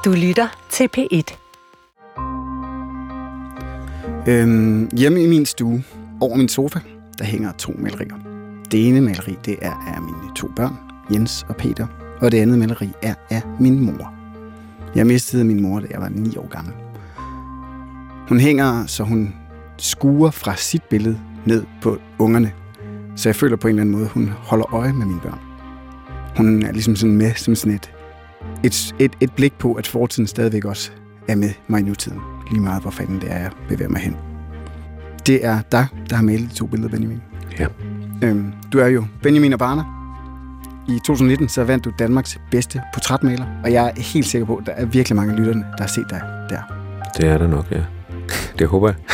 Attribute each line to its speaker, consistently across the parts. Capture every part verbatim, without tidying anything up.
Speaker 1: Du lytter til P et.
Speaker 2: Øhm, hjemme i min stue, over min sofa, der hænger to malerier. Det ene maleri, det er af mine to børn, Jens og Peter, og det andet maleri er af min mor. Jeg mistede min mor, da jeg var ni år gammel. Hun hænger, så hun skuer fra sit billede ned på ungerne, så jeg føler på en eller anden måde, hun holder øje med mine børn. Hun er ligesom sådan med som sådan et, et, et, et blik på, at fortiden stadigvæk også er med mig i nutiden. Lige meget, hvor fanden det er, jeg bevæger mig hen. Det er dig, der har malet de to billeder, Benjamin.
Speaker 3: Ja.
Speaker 2: Øhm, du er jo Benjamin Urbana. I to tusind nitten så vandt du Danmarks bedste portrætmaler, og jeg er helt sikker på, at der er virkelig mange lytterne, der har set dig der.
Speaker 3: Det er der nok, ja. Det håber jeg.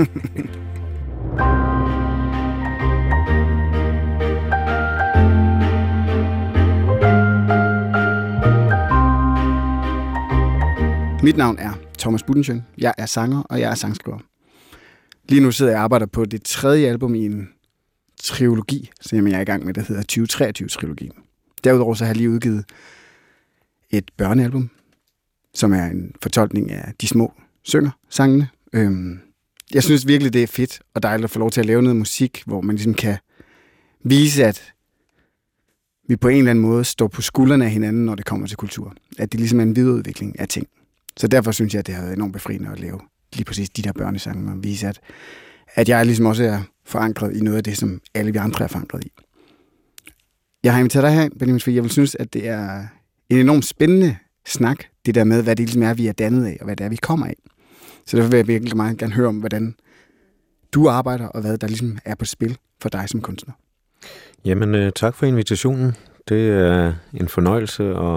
Speaker 2: Mit navn er Thomas Budensjøen. Jeg er sanger, og jeg er sangskriver. Lige nu sidder jeg og arbejder på det tredje album i en trilogi, som jeg er i gang med, der hedder tyve treogtyve-trilogien. Derudover så har jeg lige udgivet et børnealbum, som er en fortolkning af De Små Synger sangene. Øhm, jeg synes virkelig, det er fedt og dejligt at få lov til at lave noget musik, hvor man ligesom kan vise, at vi på en eller anden måde står på skuldrene af hinanden, når det kommer til kultur. At det ligesom er en videreudvikling af ting. Så derfor synes jeg, at det har været enormt befriende at lave lige præcis de der børnesange, og vise, at, at jeg ligesom også er forankret i noget af det, som alle vi andre er forankret i. Jeg har inviteret dig her, Benjamin, fordi jeg vil synes, at det er en enormt spændende snak, det der med, hvad det ligesom er, vi er dannet af, og hvad det er, vi kommer af. Så derfor vil jeg virkelig meget gerne høre om, hvordan du arbejder, og hvad der ligesom er på spil for dig som kunstner.
Speaker 3: Jamen, øh, tak for invitationen. Det er en fornøjelse at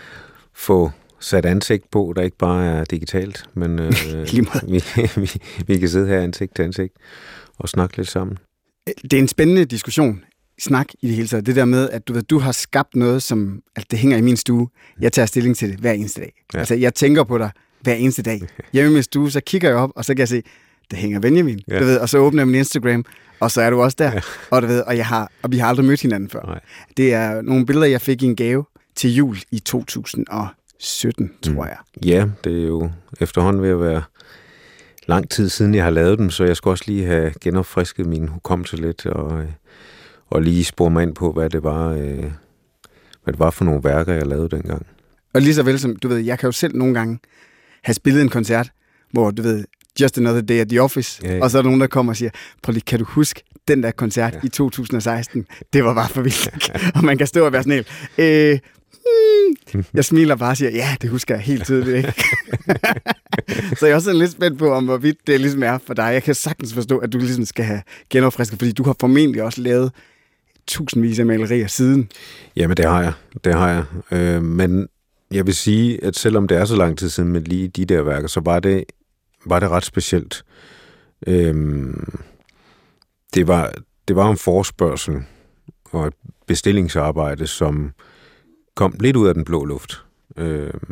Speaker 3: få sat ansigt på, der ikke bare er digitalt, men øh, vi, vi, vi kan sidde her ansigt til ansigt og snakke lidt sammen.
Speaker 2: Det er en spændende diskussion, snak i det hele taget. Det der med, at du ved, du har skabt noget, som at det hænger i min stue. Jeg tager stilling til det hver eneste dag. Ja. Altså, jeg tænker på dig hver eneste dag. Hjemme i min stue, så kigger jeg op, og så kan jeg se, det hænger Benjamin. Ja. Du ved, og så åbner jeg min Instagram, og så er du også der. Ja. Og, du ved, og, jeg har, og vi har aldrig mødt hinanden før. Nej. Det er nogle billeder, jeg fik i en gave til jul i to tusind sytten, tror jeg.
Speaker 3: Ja, det er jo efterhånden ved at være lang tid siden, jeg har lavet dem, så jeg skal også lige have genopfrisket min hukommelse lidt, og, og lige spore mig ind på, hvad det var, hvad det var for nogle værker, jeg lavede dengang.
Speaker 2: Og lige så vel som, du ved, jeg kan jo selv nogle gange have spillet en koncert, hvor, du ved, Just Another Day at the Office, ja, ja. Og så er der nogen, der kommer og siger, prøv lige, kan du huske den der koncert ja. i to tusind seksten? Det var bare for vildt. Og man kan stå og være sådan helt, øh, hmm. jeg smiler bare og siger, ja, det husker jeg helt tydeligt, ikke? Så jeg er også lidt spændt på, om hvorvidt det ligesom er for dig. Jeg kan sagtens forstå, at du ligesom skal have genopfrisket, fordi du har formentlig også lavet tusindvis af malerier siden.
Speaker 3: Jamen, det har jeg. Det har jeg. Øh, men jeg vil sige, at selvom det er så lang tid siden med lige de der værker, så var det var det ret specielt. Øhm, det var det var en forespørgsel og et bestillingsarbejde, som kom lidt ud af den blå luft. Øhm,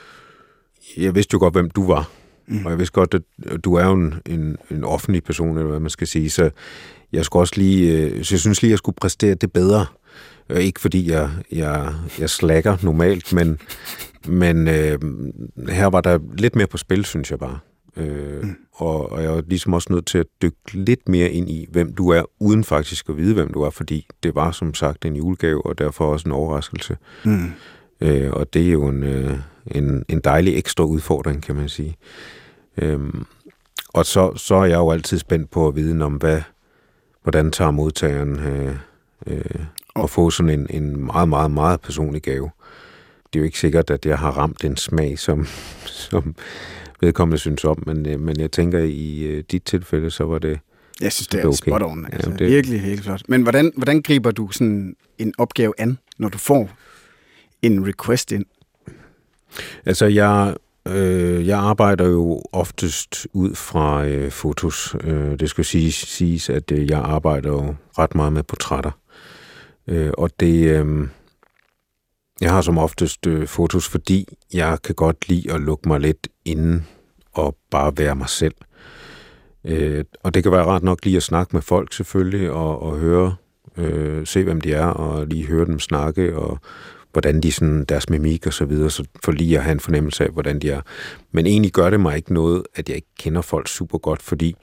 Speaker 3: jeg vidste jo godt, hvem du var, mm. og jeg vidste godt, at du er jo en, en, en offentlig person, eller hvad man skal sige, så jeg skulle også lige, så jeg synes lige, jeg skulle præstere det bedre. Ikke fordi jeg, jeg, jeg slækker normalt, men, men øh, her var der lidt mere på spil, synes jeg bare. Øh, mm. og, og jeg var ligesom også nødt til at dykke lidt mere ind i, hvem du er, uden faktisk at vide, hvem du er, fordi det var som sagt en julegave, og derfor også en overraskelse. Mm. Øh, og det er jo en, øh, en, en dejlig ekstra udfordring, kan man sige. Øh, og så, så er jeg jo altid spændt på at vide om, hvad, hvordan tager modtageren øh, øh, at få sådan en, en meget, meget, meget personlig gave. Det er jo ikke sikkert, at jeg har ramt en smag, som, som vedkommende synes om, men, men jeg tænker, i uh, dit tilfælde, så var det
Speaker 2: Jeg synes, det er okay. Spot on. Altså, ja, det virkelig helt flot. Men hvordan, hvordan griber du sådan en opgave an, når du får en request ind?
Speaker 3: Altså, jeg, øh, jeg arbejder jo oftest ud fra øh, fotos. Øh, det skal siges, siges, at øh, jeg arbejder jo ret meget med portrætter. Øh, og det... Øh, Jeg har som oftest øh, fotos, fordi jeg kan godt lide at lukke mig lidt inden og bare være mig selv. Øh, og det kan være ret nok lige at snakke med folk selvfølgelig, og, og høre, øh, se hvem de er, og lige høre dem snakke, og hvordan de sådan, deres mimik og så videre, så for lige at have en fornemmelse af, hvordan de er. Men egentlig gør det mig ikke noget, at jeg ikke kender folk super godt, fordi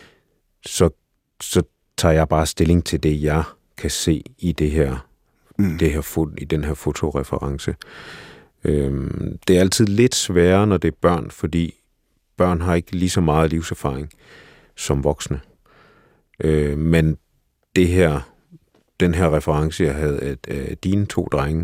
Speaker 3: så, så tager jeg bare stilling til det, jeg kan se i det her, mm. det her fot, i den her fotoreference. Øhm, det er altid lidt sværere, når det er børn, fordi børn har ikke lige så meget livserfaring som voksne. Øh, men det her, den her reference, jeg havde af, af dine to drenge,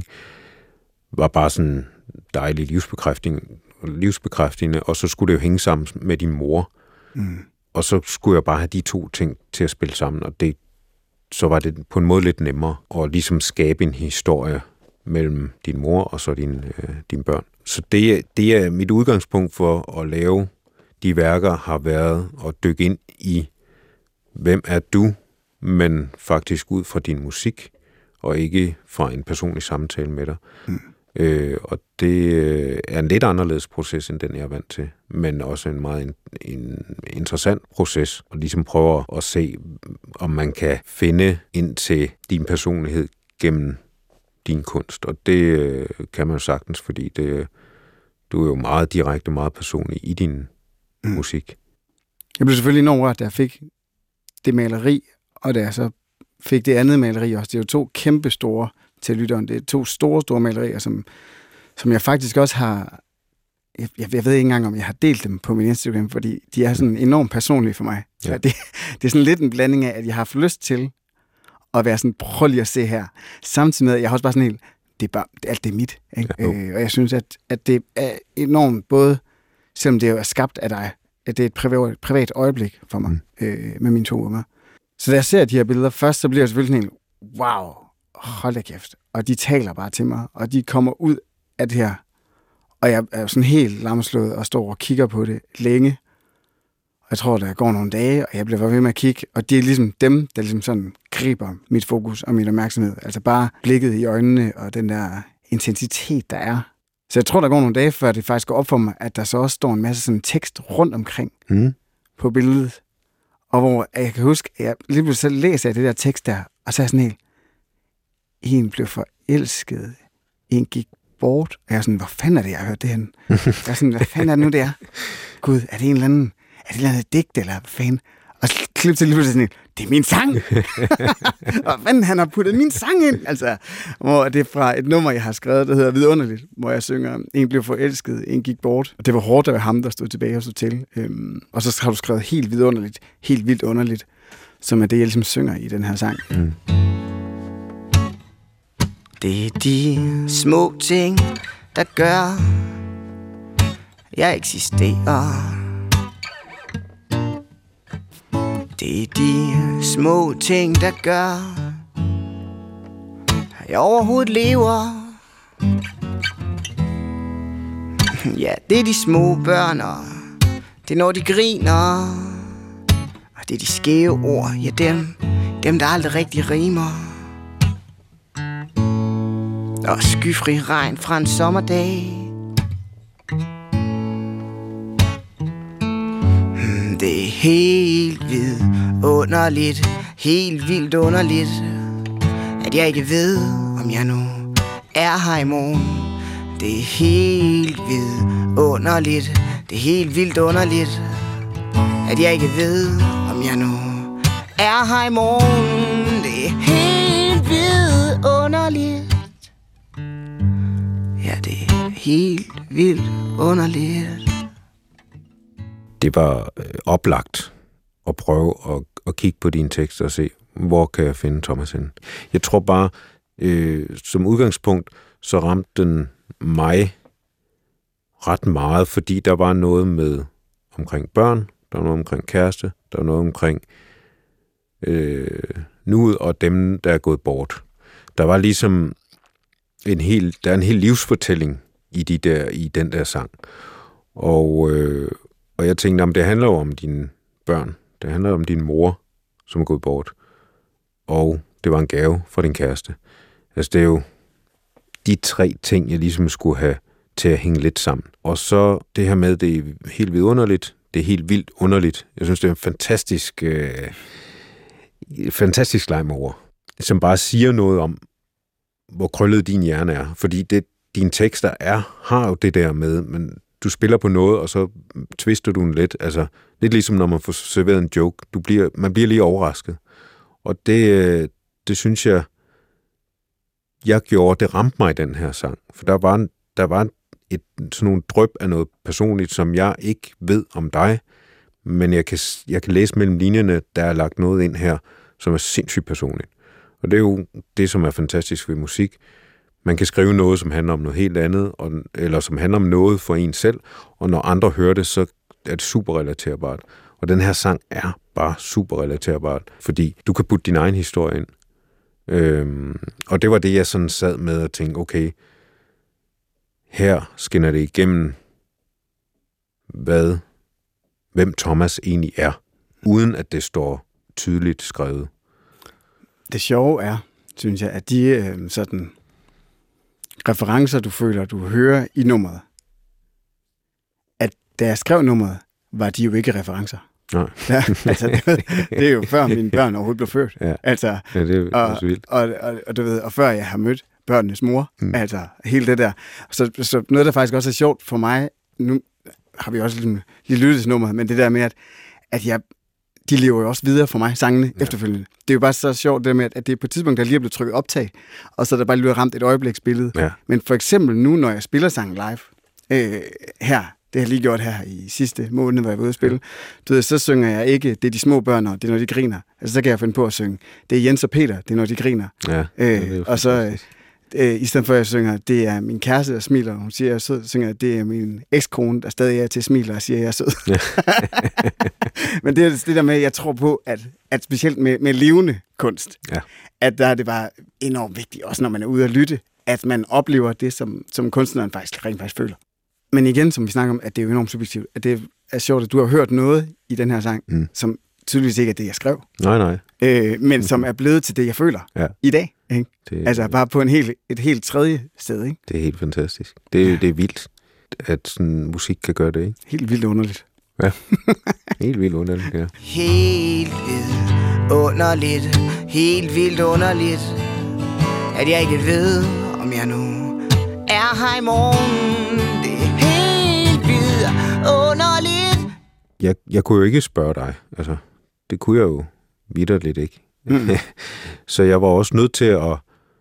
Speaker 3: var bare sådan dejlig livsbekræftende, og så skulle det jo hænge sammen med din mor. Mm. Og så skulle jeg bare have de to ting til at spille sammen, og det, så var det på en måde lidt nemmere at ligesom skabe en historie mellem din mor og så din, øh, dine børn. Så det, det er mit udgangspunkt for at lave de værker, har været at dykke ind i, hvem er du, men faktisk ud fra din musik, og ikke fra en personlig samtale med dig. Mm. Øh, og det er en lidt anderledes proces, end den jeg er vant til, men også en meget en, en interessant proces, og ligesom prøve at se, om man kan finde ind til din personlighed gennem din kunst, og det øh, kan man jo sagtens, fordi det, du er jo meget direkte, meget personlig i din mm. musik.
Speaker 2: Jeg blev selvfølgelig enormt rørt, da jeg fik det maleri, og da jeg så fik det andet maleri også. Det er jo to kæmpe store til lytteren. Det er to store, store malerier, som, som jeg faktisk også har... Jeg, jeg ved ikke engang, om jeg har delt dem på min Instagram, fordi de er sådan enormt personlige for mig. Ja. Det, det er sådan lidt en blanding af, at jeg har haft lyst til at være sådan, prøv lige at se her. Samtidig med, at jeg har også bare sådan helt, det er bare, alt det er mit. Ikke? Ja, øh, og jeg synes, at, at det er enormt, både selvom det jo er skabt af dig, at det er et privat, privat øjeblik for mig, mm. øh, med mine to unger. Så da jeg ser de her billeder først, så bliver jeg selvfølgelig sådan helt, wow, hold da kæft. Og de taler bare til mig, og de kommer ud af det her. Og jeg er sådan helt lamslået og står og kigger på det længe. Og jeg tror, der går nogle dage, og jeg bliver ved med at kigge. Og det er ligesom dem, der ligesom sådan griber mit fokus og min opmærksomhed. Altså bare blikket i øjnene og den der intensitet, der er. Så jeg tror, der går nogle dage, før det faktisk går op for mig, at der så også står en masse sådan tekst rundt omkring mm. på billedet. Og hvor jeg kan huske, at jeg lige pludselig læser jeg det der tekst der, og så er jeg sådan helt, en blev forelsket, en gik bort. Og jeg er sådan, hvor fanden er det, jeg har hørt det henne? Jeg er sådan, hvad fanden er det nu, det er? Gud, er det en eller anden, er det en eller anden digt, eller hvad fanden? Og så klip til lige pludselig sådan, det er min sang! Og fanden, han har puttet min sang ind! Altså, hvor det er fra et nummer, jeg har skrevet, der hedder Vidunderligt, hvor jeg synger, en blev forelsket, en gik bort. Og det var hårdt, der var ham, der stod tilbage hos hotel. Øhm, og så har du skrevet helt vidunderligt, helt vildt underligt, som er det, jeg ligesom synger i den her sang. Mm. Det er de små ting, der gør, jeg eksisterer. Det er de små ting, der gør, at jeg overhovedet lever. Ja, det er de små børn, og det er når de griner. Og det er de skæve ord, ja dem, dem der aldrig rigtig rimer. Og skyfri regn fra en sommerdag. Det er helt vidunderligt, helt vildt underligt, at jeg ikke ved, om jeg nu er her i morgen. Det er helt vidunderligt, det er helt vildt underligt, at jeg ikke ved, om jeg nu er her i morgen. Det er helt vidunderligt. Ja, det er helt vildt underligt.
Speaker 3: Det var øh, oplagt at prøve at, at kigge på dine tekster og se, hvor kan jeg finde Thomas hen. Jeg tror bare, øh, som udgangspunkt, så ramte den mig ret meget, fordi der var noget med omkring børn, der var noget omkring kæreste, der var noget omkring øh, nuet og dem, der er gået bort. Der var ligesom en hel, der er en hel livsfortælling i, de der, i den der sang. Og, øh, og jeg tænkte, om det handler jo om dine børn. Det handler om din mor, som er gået bort. Og det var en gave for din kæreste. Altså det er jo de tre ting, jeg ligesom skulle have til at hænge lidt sammen. Og så det her med, det er helt vidunderligt. Det er helt vildt underligt. Jeg synes, det er en fantastisk, øh, fantastisk leg med ord, som bare siger noget om, hvor krøllet din hjerne er. Fordi det, dine tekster er, har jo det der med, men du spiller på noget, og så twister du den lidt. Altså, lidt ligesom når man får serveret en joke. Du bliver, man bliver lige overrasket. Og det, det synes jeg, jeg gjorde, det ramte mig i den her sang. For der var, en, der var et, sådan nogle dryp af noget personligt, som jeg ikke ved om dig, men jeg kan, jeg kan læse mellem linjerne, der er lagt noget ind her, som er sindssygt personligt. Og det er jo det, som er fantastisk ved musik. Man kan skrive noget, som handler om noget helt andet, og, eller som handler om noget for en selv, og når andre hører det, så er det super relaterbart. Og den her sang er bare super relaterbart, fordi du kan putte din egen historie ind. Øhm, og det var det, jeg sådan sad med og tænkte, okay, her skinner det igennem, hvad, hvem Thomas egentlig er, uden at det står tydeligt skrevet.
Speaker 2: Det sjove er, synes jeg, at de øh, sådan referencer, du føler, du hører i nummeret, at da jeg skrev nummeret, var de jo ikke referencer.
Speaker 3: Nej.
Speaker 2: Ja, altså, det, det er jo før mine børn overhovedet blev født.
Speaker 3: Ja,
Speaker 2: altså,
Speaker 3: ja det er
Speaker 2: og,
Speaker 3: så vildt.
Speaker 2: Og, og, og, du ved, og før jeg har mødt børnenes mor, mm. altså hele det der. Så, så noget, der faktisk også er sjovt for mig, nu har vi også lige, lige lyttet til nummeret, men det der med, at, at jeg, de lever jo også videre for mig, sangene ja. efterfølgende. Det er jo bare så sjovt det med, at det er på et tidspunkt, der lige er blevet trykket optag, og så er der bare lige ramt et øjebliksbillede.
Speaker 3: Ja.
Speaker 2: Men for eksempel nu, når jeg spiller sangen live, øh, her, det har jeg lige gjort her i sidste måned, hvor jeg var ude at spille, du ved, så synger jeg ikke, det er de små børn, og det er, når de griner. Altså, så kan jeg finde på at synge, det er Jens og Peter, det er, når de griner.
Speaker 3: Ja,
Speaker 2: øh, og så, øh, i stedet for at jeg synger, det er min kæreste, der smiler, og hun siger, jeg er sød, så synger jeg, det er min ekskone, der stadig er til smiler og siger, jeg er sød. Ja. Men det er det der med, jeg tror på, at, at specielt med, med levende kunst,
Speaker 3: ja.
Speaker 2: at der er det bare enormt vigtigt, også når man er ude at lytte, at man oplever det, som, som kunstneren faktisk rent faktisk føler. Men igen, som vi snakker om, at det er jo enormt subjektivt, at det er sjovt, at du har hørt noget i den her sang, mm. som tydeligvis ikke er det, jeg skrev.
Speaker 3: Nej, nej.
Speaker 2: Øh, men som er blevet til det, jeg føler ja. i dag. Ikke? Det, altså bare på en helt, et helt tredje sted. Ikke?
Speaker 3: Det er helt fantastisk. Det, ja. det er vildt, at sådan musik kan gøre det. Ikke?
Speaker 2: Helt vildt underligt.
Speaker 3: Ja, helt vildt underligt, ja.
Speaker 1: Helt vildt underligt, helt vildt underligt, at jeg ikke ved, om jeg nu er her i morgen. Det er helt vildt underligt.
Speaker 3: Jeg, jeg kunne jo ikke spørge dig. Altså, det kunne jeg jo vitterligt ikke. Mm. Så jeg var også nødt til at,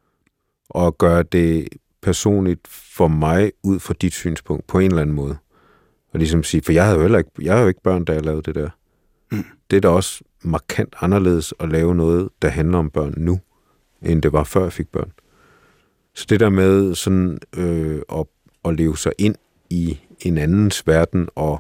Speaker 3: at gøre det personligt for mig ud fra dit synspunkt på en eller anden måde. Og ligesom sige, for jeg havde jo heller ikke, jeg havde jo ikke børn, da jeg lavede det der. Mm. Det er da også markant anderledes at lave noget, der handler om børn nu, end det var før jeg fik børn. Så det der med sådan øh, at, at leve sig ind i en andens verden og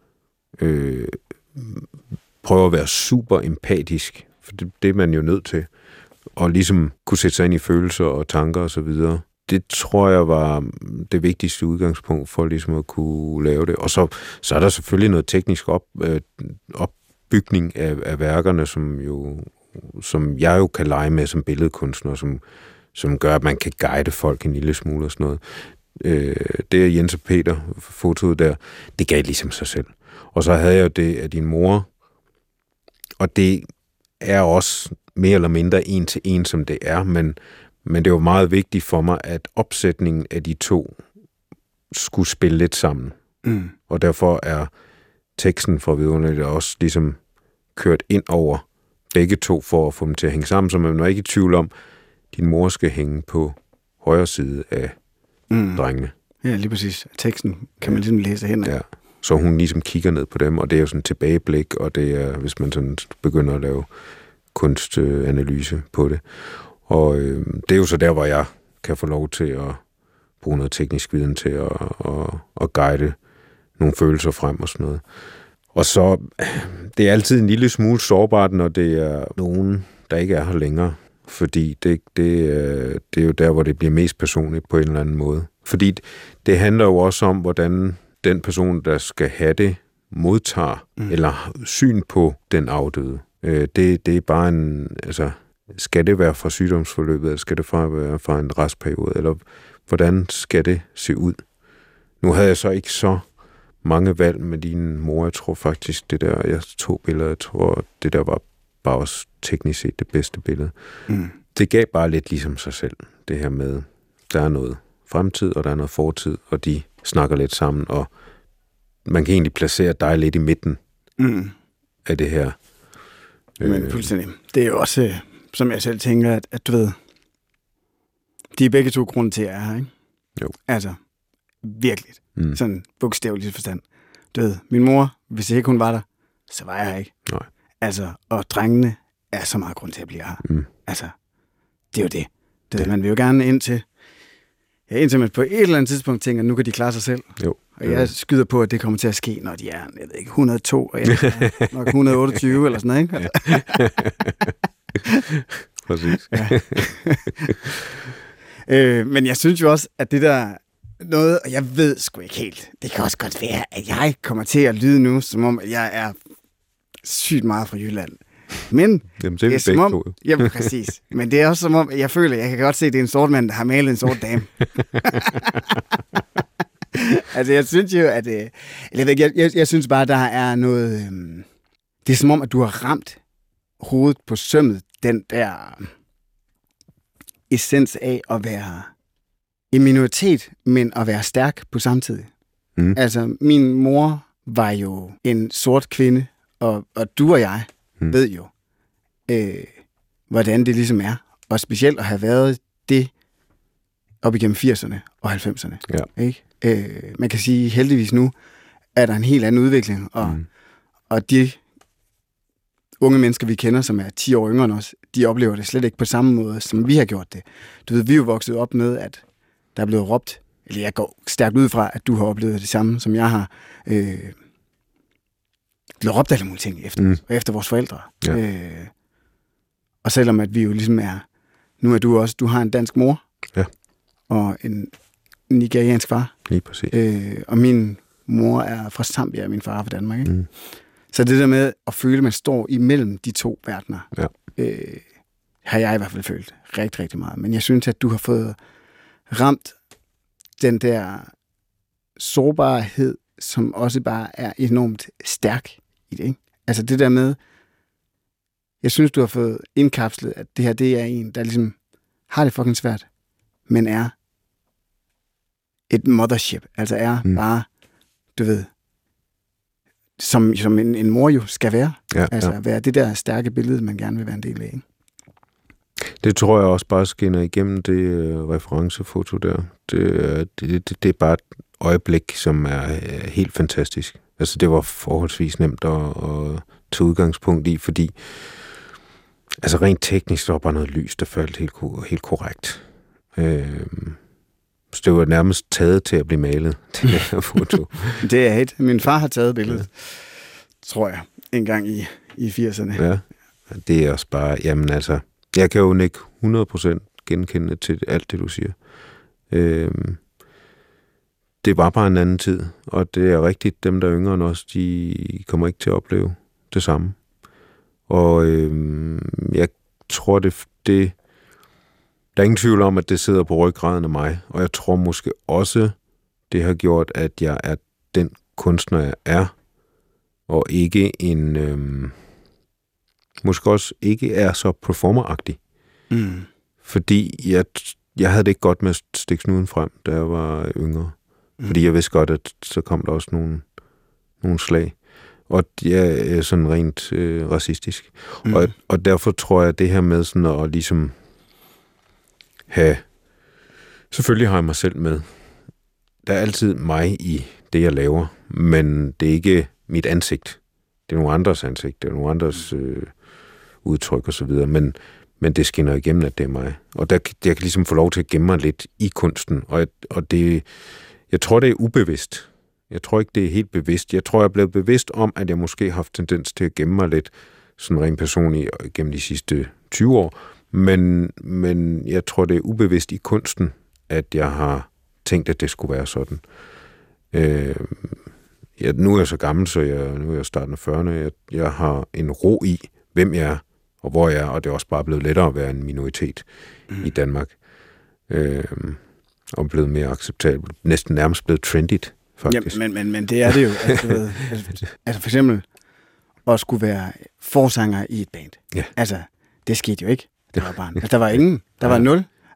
Speaker 3: øh, prøve at være super empatisk, for det, det er man jo nødt til, og ligesom kunne sætte sig ind i følelser og tanker og så videre. Det tror jeg var det vigtigste udgangspunkt for ligesom at kunne lave det. Og så, så er der selvfølgelig noget teknisk op, øh, opbygning af, af værkerne, som, jo, som jeg jo kan lege med som billedkunstner, som, som gør, at man kan guide folk en lille smule og sådan noget. Øh, det er Jens og Peter, fotoet der, det gav ligesom sig selv. Og så havde jeg jo det af din mor, og det er også mere eller mindre en til en, som det er, men Men det var meget vigtigt for mig, at opsætningen af de to skulle spille lidt sammen. Mm. Og derfor er teksten fra Vidunderligt også ligesom kørt ind over begge to for at få dem til at hænge sammen, så man var ikke i tvivl om, at din mor skal hænge på højre side af mm. drengene.
Speaker 2: Ja, lige præcis. Teksten kan man ligesom læse hen.
Speaker 3: Ja. Så hun ligesom kigger ned på dem, og det er jo sådan et tilbageblik, og det er, hvis man sådan begynder at lave kunstanalyse på det. Og øh, det er jo så der, hvor jeg kan få lov til at bruge noget teknisk viden til at, at, at guide nogle følelser frem og sådan noget. Og så, det er altid en lille smule sårbart, når det er nogen, der ikke er her længere. Fordi det, det, det er jo der, hvor det bliver mest personligt på en eller anden måde. Fordi det handler jo også om, hvordan den person, der skal have det, modtager mm. eller syn på den afdøde. Det, det er bare en... altså skal det være fra sygdomsforløbet, eller skal det være fra en restperiode, eller hvordan skal det se ud? Nu havde jeg så ikke så mange valg med din mor. Jeg tror faktisk, det der, jeg tog billeder, jeg tror, det der var bare også teknisk set det bedste billede. Mm. Det gav bare lidt ligesom sig selv. det her med, der er noget fremtid, og der er noget fortid, og de snakker lidt sammen, og man kan egentlig placere dig lidt i midten mm. af det her.
Speaker 2: Men fuldstændig. Det er jo også, øh, som jeg selv tænker, at, at du ved, de er begge to grunde til, at jeg er her, ikke?
Speaker 3: Jo.
Speaker 2: Altså, virkelig. Mm. Sådan bogstaveligt forstand. Du ved, min mor, hvis ikke hun var der, så var jeg her ikke.
Speaker 3: Nej.
Speaker 2: Altså, og drengene er så meget grund til at blive her. Mm. Altså, det er jo det. det
Speaker 3: ja.
Speaker 2: Man vil jo gerne ind til, ja, indtil man på et eller andet tidspunkt tænker, nu kan de klare sig selv.
Speaker 3: Jo.
Speaker 2: Og jeg skyder på, at det kommer til at ske, når de er, jeg ved ikke, et hundrede og to, og jeg er nok et hundrede og otteogtyve, eller sådan noget, ikke? Altså.
Speaker 3: Præcis. Ja.
Speaker 2: øh, men jeg synes jo også, at det der noget, og jeg ved sgu ikke helt, det kan også godt være, at jeg kommer til at lyde nu, som om jeg er sygt meget fra Jylland. Men
Speaker 3: Jamen,
Speaker 2: det er som om, jamen præcis, men det er også som om, jeg føler, jeg kan godt se, at det er en sort mand, der har malet en sort dame. Altså, jeg synes jo, at øh, jeg, jeg, jeg, jeg synes bare, der er noget, øh, det er som om, at du har ramt hovedet på sømmet, den der essens af at være en minoritet, men at være stærk på samtidig. Mm. Altså, min mor var jo en sort kvinde, og, og du og jeg mm. ved jo, øh, hvordan det ligesom er. Og specielt at have været det op igennem firserne og halvfemserne.
Speaker 3: Ja.
Speaker 2: Ikke? Øh, man kan sige, heldigvis nu er der en helt anden udvikling, og, mm. og de unge mennesker, vi kender, som er ti år yngre end os, de oplever det slet ikke på samme måde, som vi har gjort det. Du ved, vi er jo vokset op med, at der er blevet råbt, eller jeg går stærkt ud fra, at du har oplevet det samme, som jeg har. Øh, blevet råbt alle mulige ting efter, mm. efter vores forældre. Ja. Øh, og selvom at vi jo ligesom er, nu er du også, du har en dansk mor,
Speaker 3: ja.
Speaker 2: og en nigeriansk far.
Speaker 3: Lige præcis.
Speaker 2: Øh, og min mor er fra Zambia, og min far er fra Danmark. Ikke? Mm. Så det der med at føle, at man står imellem de to verdener,
Speaker 3: ja.
Speaker 2: øh, har jeg i hvert fald følt rigtig, rigtig meget. Men jeg synes, at du har fået ramt den der sårbarhed, som også bare er enormt stærk i det. Ikke? Altså det der med, jeg synes, du har fået indkapslet, at det her, det er en, der ligesom har det fucking svært, men er et mothership. Altså er mm. bare, du ved, som, som en, en mor jo skal være.
Speaker 3: Ja,
Speaker 2: altså
Speaker 3: ja.
Speaker 2: være det der stærke billede, man gerne vil være en del af. Ikke?
Speaker 3: Det tror jeg også bare skinner igennem det uh, referencefoto der. Det, uh, det, det, det er bare et øjeblik, som er uh, helt fantastisk. Altså det var forholdsvis nemt at, at tage udgangspunkt i, fordi altså rent teknisk, der var bare noget lys, der faldt helt, helt korrekt. Uh, så det var nærmest taget til at blive malet, det her foto.
Speaker 2: Det er et. Min far har taget billedet, ja. tror jeg, en gang i, i firserne.
Speaker 3: Ja, det er også bare, jamen altså, jeg kan jo ikke hundrede procent genkende til alt det, du siger. Øhm, det var bare en anden tid, og det er rigtigt, dem der er yngre end os, de kommer ikke til at opleve det samme. Og øhm, jeg tror, det, det der er ingen tvivl om, at det sidder på ryggraden af mig, og jeg tror måske også, det har gjort, at jeg er den kunstner, jeg er, og ikke en, øhm, måske også ikke er så performeragtig. Mm. Fordi jeg, jeg havde det ikke godt med at stikke snuden frem, da jeg var yngre. Mm. Fordi jeg vidste godt, at så kom der også nogle, nogle slag. Og jeg er sådan rent øh, racistisk. Mm. Og, og derfor tror jeg, at det her med sådan at ligesom have... Selvfølgelig har jeg mig selv med. Der er altid mig i det, jeg laver, men det er ikke mit ansigt. Det er nogle andres ansigt, det er nogle andres øh, udtryk og så videre, men, men det skinner igennem, at det er mig. Og der, jeg kan ligesom få lov til at gemme mig lidt i kunsten, og, og det, jeg tror, det er ubevidst. Jeg tror ikke, det er helt bevidst. Jeg tror, jeg er blevet bevidst om, at jeg måske har haft tendens til at gemme mig lidt sådan rent personligt gennem de sidste tyve år, men, men jeg tror, det er ubevidst i kunsten, at jeg har tænkt, at det skulle være sådan. Øh, jeg, nu er jeg så gammel, så jeg, nu er jeg starten af fyrrerne. Jeg, jeg har en ro i, hvem jeg er, og hvor jeg er, og det er også bare blevet lettere at være en minoritet mm. i Danmark. Øh, og blevet mere acceptabelt. Næsten nærmest blevet trendigt, faktisk.
Speaker 2: Ja, men, men, men det er det jo. Altså, ved, altså for eksempel at skulle være forsanger i et band.
Speaker 3: Ja.
Speaker 2: Altså, det skete jo ikke. Det var barn. Altså, der var ingen. Der var nul.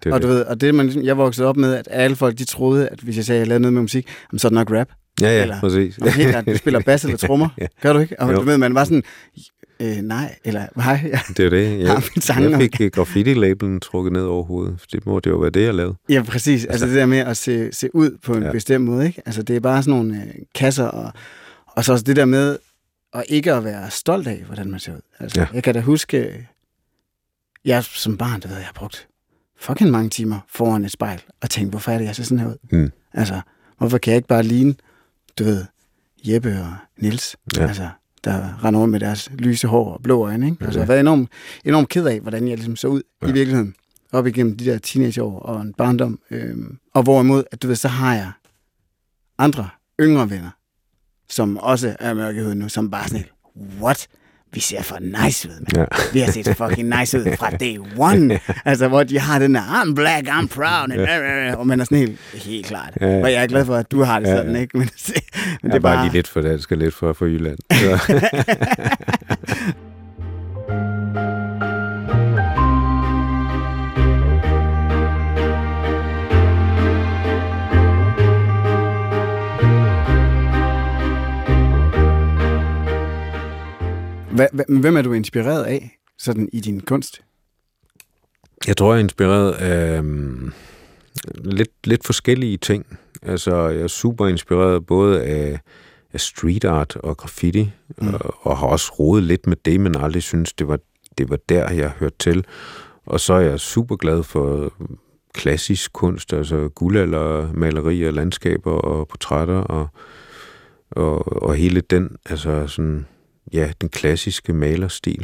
Speaker 2: Det og du det. ved, og det man, jeg voksede op med, at alle folk, de troede, at hvis jeg sagde, at jeg lavede noget med musik, så er det nok rap.
Speaker 3: Ja, ja,
Speaker 2: eller,
Speaker 3: præcis.
Speaker 2: Helt klart, du spiller bass eller trommer. Ja. Gør du ikke? Og jo. Du ved, man var sådan, øh, nej, eller hej. Ja.
Speaker 3: Det er det. Jeg, jeg fik graffiti-labelen trukket ned over hovedet. Det må det jo være det, jeg lavede.
Speaker 2: Ja, præcis. Altså det der med at se, se ud på en ja. bestemt måde, ikke? Altså det er bare sådan nogle øh, kasser, og, og så også det der med at ikke at være stolt af, hvordan man ser ud. Altså, ja. Jeg kan da huske, jeg som barn, det ved jeg, jeg har brugt fucking mange timer foran et spejl, og tænkte, hvorfor er det, jeg ser sådan her ud? Mm. Altså, hvorfor kan jeg ikke bare ligne, du ved, Jeppe og Niels, ja. altså, der render rundt med deres lyse hår og blå øjne, ikke? Altså, jeg har været enormt, enormt ked af, hvordan jeg ligesom så ud ja. i virkeligheden, op igennem de der teenageår og en barndom. Øhm, og hvorimod, at du ved, så har jeg andre yngre venner, som også er mørkehudet nu, som bare sådan, what? Vi ser for nice ud, man. Ja. Vi har set fucking nice ud fra day one. Altså, hvor de har den der, I'm black, I'm proud, and, og man er sådan helt, helt klart. Ja, ja. Og jeg er glad for, at du har det sådan, ja. ikke? Men, men
Speaker 3: det er bare... bare lige lidt for dansk og lidt for, for Jylland.
Speaker 2: Hvem er du inspireret af, sådan i din kunst?
Speaker 3: Jeg tror, jeg er inspireret af um, lidt, lidt forskellige ting. Altså, jeg er super inspireret både af, af street art og graffiti, mm. og, og har også rodet lidt med det, men aldrig synes det var, det var der, jeg hørte til. Og så er jeg super glad for klassisk kunst, altså guldaldermalerier, landskaber og portrætter, og, og, og hele den, altså sådan... ja, den klassiske malerstil.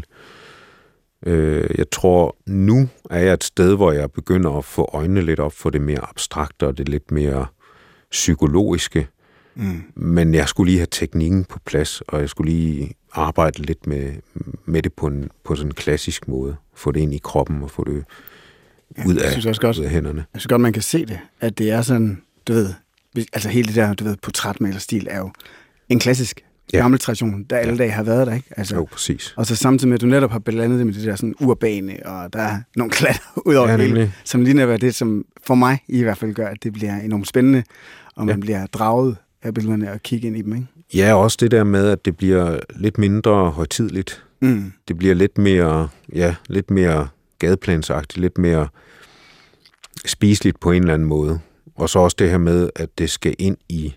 Speaker 3: Øh, jeg tror, nu er jeg et sted, hvor jeg begynder at få øjnene lidt op for det mere abstrakte og det lidt mere psykologiske. Mm. Men jeg skulle lige have teknikken på plads, og jeg skulle lige arbejde lidt med, med det på, en, på sådan en klassisk måde. Få det ind i kroppen og få det ud af,
Speaker 2: jeg synes godt,
Speaker 3: ud af hænderne.
Speaker 2: Jeg synes godt, man kan se det, at det er sådan, du ved, altså hele det der, du ved, portrætmalerstil er jo en klassisk ja. gammel tradition, der alle ja. dage har været der, ikke? Altså,
Speaker 3: jo, præcis.
Speaker 2: Og så samtidig med, at du netop har blandet det med det der sådan urbane, og der er nogle klatter ud over ja, det hele, som lige netop er det, som for mig i hvert fald gør, at det bliver enormt spændende, og man ja. bliver draget af billederne og kigge ind i dem, ikke?
Speaker 3: Ja, også det der med, at det bliver lidt mindre højtideligt. Mm. Det bliver lidt mere, ja, lidt mere gadeplansagtigt, lidt mere spiseligt på en eller anden måde. Og så også det her med, at det skal ind i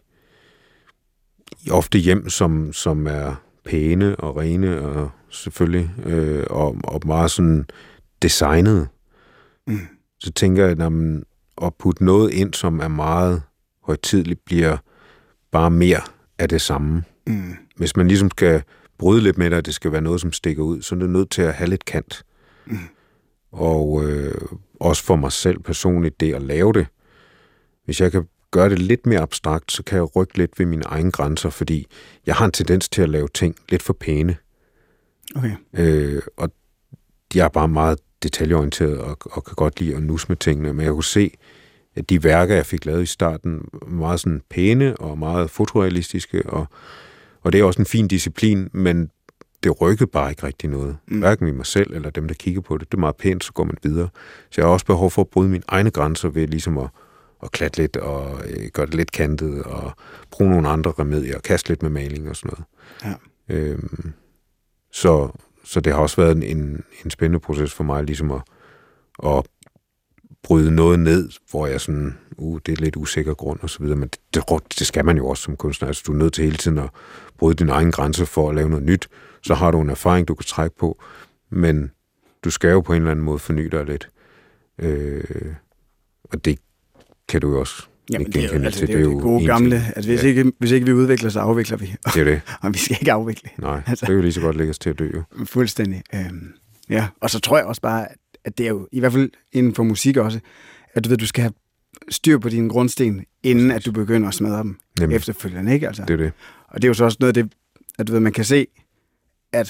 Speaker 3: ofte hjem, som, som er pæne og rene, og selvfølgelig, øh, og, og meget sådan designet. Mm. Så tænker jeg, at man at putte noget ind, som er meget højtideligt, bliver bare mere af det samme. Mm. Hvis man ligesom skal bryde lidt med det, at det skal være noget, som stikker ud, så er det nødt til at have lidt kant. Mm. Og øh, også for mig selv personligt, det at lave det. Hvis jeg kan gøre det lidt mere abstrakt, så kan jeg rykke lidt ved mine egne grænser, fordi jeg har en tendens til at lave ting lidt for pæne. Okay. Øh, og jeg er bare meget detaljeorienteret og, og kan godt lide at nusse med tingene, men jeg kunne se, at de værker, jeg fik lavet i starten, var meget sådan pæne og meget fotorealistiske, og, og det er også en fin disciplin, men det rykkede bare ikke rigtig noget. Mm. Hverken i mig selv eller dem, der kigger på det. Det er meget pænt, så går man videre. Så jeg har også behov for at bryde mine egne grænser ved ligesom at og klatte lidt, og øh, gøre det lidt kantet, og bruge nogle andre remedier, og kaste lidt med maling og sådan noget. Ja. Øhm, så, så det har også været en, en spændende proces for mig, ligesom at, at bryde noget ned, hvor jeg sådan, uh, det er lidt usikker grund og så videre, men det, det skal man jo også som kunstner. Altså, du er nødt til hele tiden at bryde din egen grænse for at lave noget nyt. Så har du en erfaring, du kan trække på, men du skal jo på en eller anden måde forny dig lidt. Øh, og det kan du jo også.
Speaker 2: Jamen, det er jo, altså, det er jo det gode gamle, at hvis, ja. ikke, hvis ikke vi udvikler, så afvikler vi.
Speaker 3: Det er det.
Speaker 2: Og vi skal ikke afvikle.
Speaker 3: Nej, altså, det er jo lige så godt lægge os til at dø, jo.
Speaker 2: Fuldstændig. Øhm, ja, og så tror jeg også bare, at det er jo, i hvert fald inden for musik også, at du ved, du skal have styr på dine grundsten, inden at du begynder at smadre dem. Jamen, efterfølgende, ikke? Altså.
Speaker 3: Det er det.
Speaker 2: Og det er jo så også noget af det, at du ved, man kan se, at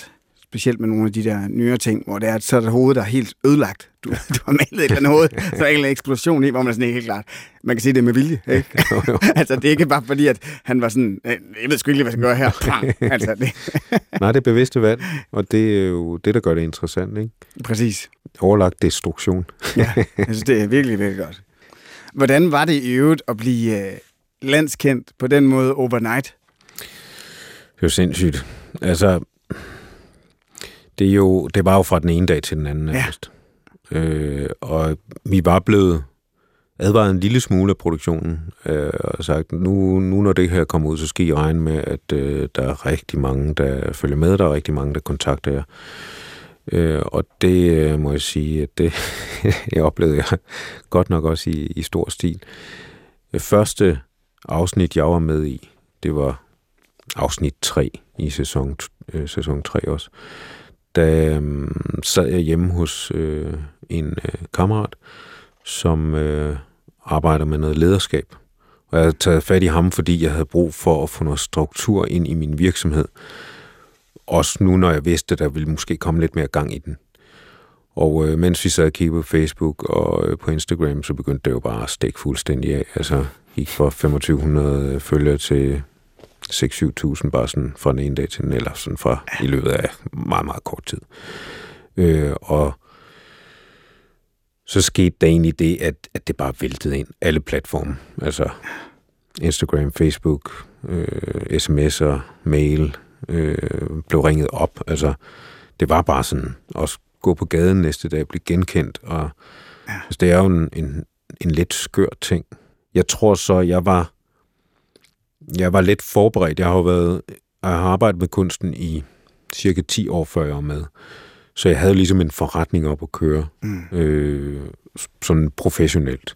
Speaker 2: specielt med nogle af de der nyere ting, hvor det er, så er det hovedet, der er helt ødelagt. Du, du har malet et eller andet hoved, så er der en eller anden eksplosion i, hvor man er sådan ikke helt klart. Man kan sige det med vilje, ikke? Altså, det er ikke bare fordi, at han var sådan, jeg ved sgu ikke, hvad jeg skal gøre her. Altså, det.
Speaker 3: Nej, det er bevidste valg, og det er jo det, der gør det interessant, ikke?
Speaker 2: Præcis.
Speaker 3: Overlagt destruktion.
Speaker 2: Ja, jeg synes, det er virkelig, virkelig godt. Hvordan var det i øvrigt at blive øh, landskendt på den måde overnight?
Speaker 3: Det er jo sindssygt. Altså, det, er jo, det var jo fra den ene dag til den anden.
Speaker 2: Ja.
Speaker 3: Øh, og vi var blevet advaret en lille smule af produktionen, øh, og sagt, nu, nu når det her kommer ud, så skal I regne med, at øh, der er rigtig mange, der følger med, der er rigtig mange, der kontakter jer. Øh, og det øh, må jeg sige, at det jeg oplevede jeg godt nok også i, i stor stil. Det første afsnit, jeg var med i, det var afsnit tre i sæson, øh, sæson tre også. Da øh, sad jeg hjemme hos øh, en øh, kammerat, som øh, arbejder med noget lederskab. Og jeg havde taget fat i ham, fordi jeg havde brug for at få noget struktur ind i min virksomhed. Også nu, når jeg vidste, at der ville måske komme lidt mere gang i den. Og øh, mens vi sad og kiggede på Facebook og øh, på Instagram, så begyndte det jo bare at stikke fuldstændig af. Altså, gik fra femogtyve hundrede følgere til seks til syv tusind bare sådan fra den ene dag til den, eller sådan fra i løbet af meget, meget kort tid. Øh, og så skete der egentlig det, at, at det bare væltede ind. Alle platforme. Altså Instagram, Facebook, øh, sms'er, mail, øh, blev ringet op. Altså, det var bare sådan, også gå på gaden næste dag, blive genkendt. Og ja. Altså, det er jo en, en, en lidt skør ting. Jeg tror så, jeg var jeg var lidt forberedt. Jeg har jo været, jeg har arbejdet med kunsten i cirka ti år, før jeg var med. Så jeg havde ligesom en forretning op at køre, mm. øh, sådan professionelt.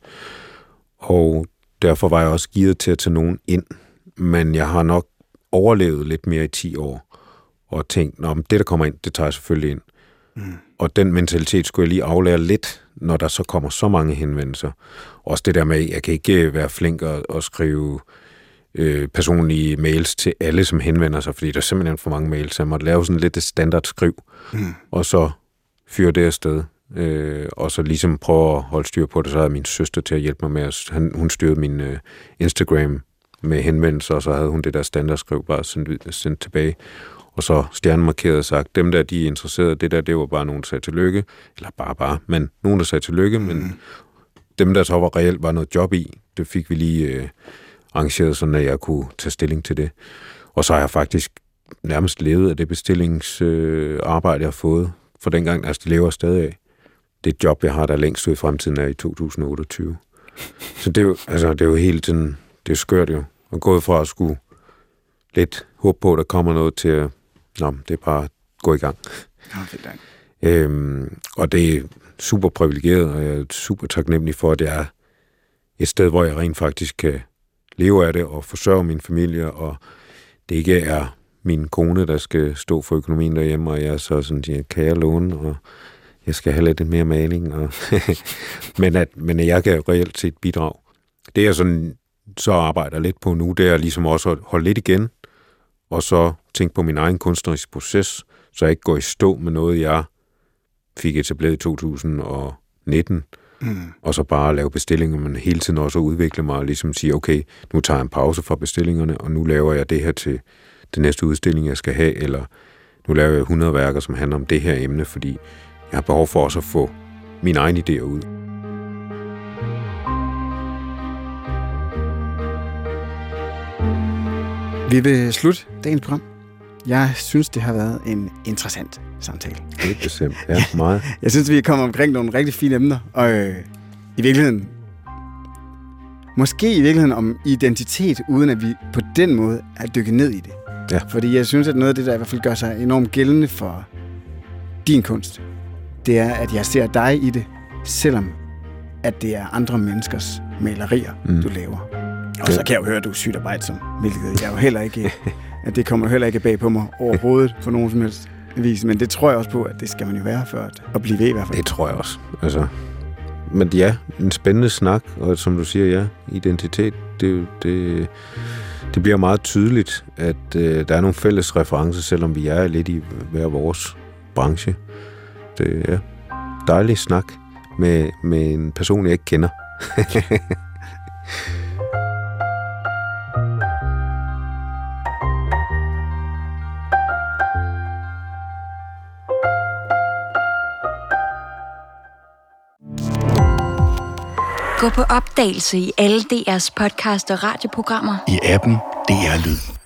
Speaker 3: Og derfor var jeg også gearet til at tage nogen ind. Men jeg har nok overlevet lidt mere i ti år, og tænkt, nå, det der kommer ind, det tager jeg selvfølgelig ind. Mm. Og den mentalitet skulle jeg lige aflære lidt, når der så kommer så mange henvendelser. Også det der med, at jeg kan ikke være flink og, og skrive øh, personlige mails til alle, som henvender sig, fordi der er simpelthen for mange mails, så jeg måtte lave sådan lidt et standard skriv, mm. og så fyre det afsted. Øh, og så ligesom prøve at holde styr på det, så havde min søster til at hjælpe mig med, at han, hun styrede min øh, Instagram med henvendelser, og så havde hun det der standardskriv bare sendt, sendt tilbage. Og så stjernemarkeret og sagt, dem der, de er interesserede, det der, det var bare nogen, der sagde tillykke, eller bare bare, men nogen, der sagde tillykke, mm. men dem, der så var reelt var noget job i, det fik vi lige øh, arrangeret, sådan at jeg kunne tage stilling til det. Og så har jeg faktisk nærmest levet af det bestillingsarbejde, øh, jeg har fået, for dengang, altså det lever stadig af. Det job, jeg har, der længst ud i fremtiden, er i to tusind otteogtyve. Så det er jo, altså, det er jo helt sådan, det er skørt jo, og gået fra at skulle lidt håbe på, at der kommer noget til at, nå, det er bare at gå i gang.
Speaker 2: Ja,
Speaker 3: øhm, og det er super privilegeret, og jeg er super taknemmelig for, at det er et sted, hvor jeg rent faktisk kan leve af det og forsørge min familie, og det ikke er min kone, der skal stå for økonomien derhjemme, og jeg så sådan siger, kan jeg låne, og jeg skal have lidt mere maling, og men, at, men at jeg kan reelt set bidrage. Det er sådan så arbejder lidt på nu, det er ligesom også at holde lidt igen, og så tænke på min egen kunstneriske proces, så jeg ikke går i stå med noget, jeg fik etableret i to tusind nitten, mm. og så bare lave bestillinger, men hele tiden også udvikle mig og ligesom sige, okay, nu tager jeg en pause fra bestillingerne, og nu laver jeg det her til den næste udstilling, jeg skal have, eller nu laver jeg hundrede værker, som handler om det her emne, fordi jeg har behov for også at få mine egne idéer ud.
Speaker 2: Vi vil slutte dagens program. Jeg synes, det har været en interessant samtale.
Speaker 3: Det er bestemt. Ja, meget.
Speaker 2: Jeg synes, vi er kommet omkring nogle rigtig fine emner, og øh, i virkeligheden, måske i virkeligheden om identitet, uden at vi på den måde er dykket ned i det.
Speaker 3: Ja.
Speaker 2: Fordi jeg synes, at noget af det, der i hvert fald gør sig enormt gældende for din kunst, det er, at jeg ser dig i det, selvom at det er andre menneskers malerier, mm. du laver. Og så kan jeg jo høre, at du er sygt arbejdsom, hvilket jeg jo heller ikke, at det kommer heller ikke bag på mig overhovedet på nogen som helst vis. Men det tror jeg også på, at det skal man jo være for at, at blive ved i hvert fald.
Speaker 3: Det tror jeg også. Altså, men ja, en spændende snak, og som du siger, ja, identitet, det, det, det bliver meget tydeligt, at øh, der er nogle fælles referencer, selvom vi er lidt i hver vores branche. Det er dejlig snak med, med en person, jeg ikke kender.
Speaker 4: Gå på opdagelse i alle D R's podcast og radioprogrammer.
Speaker 5: I appen D R Lyd.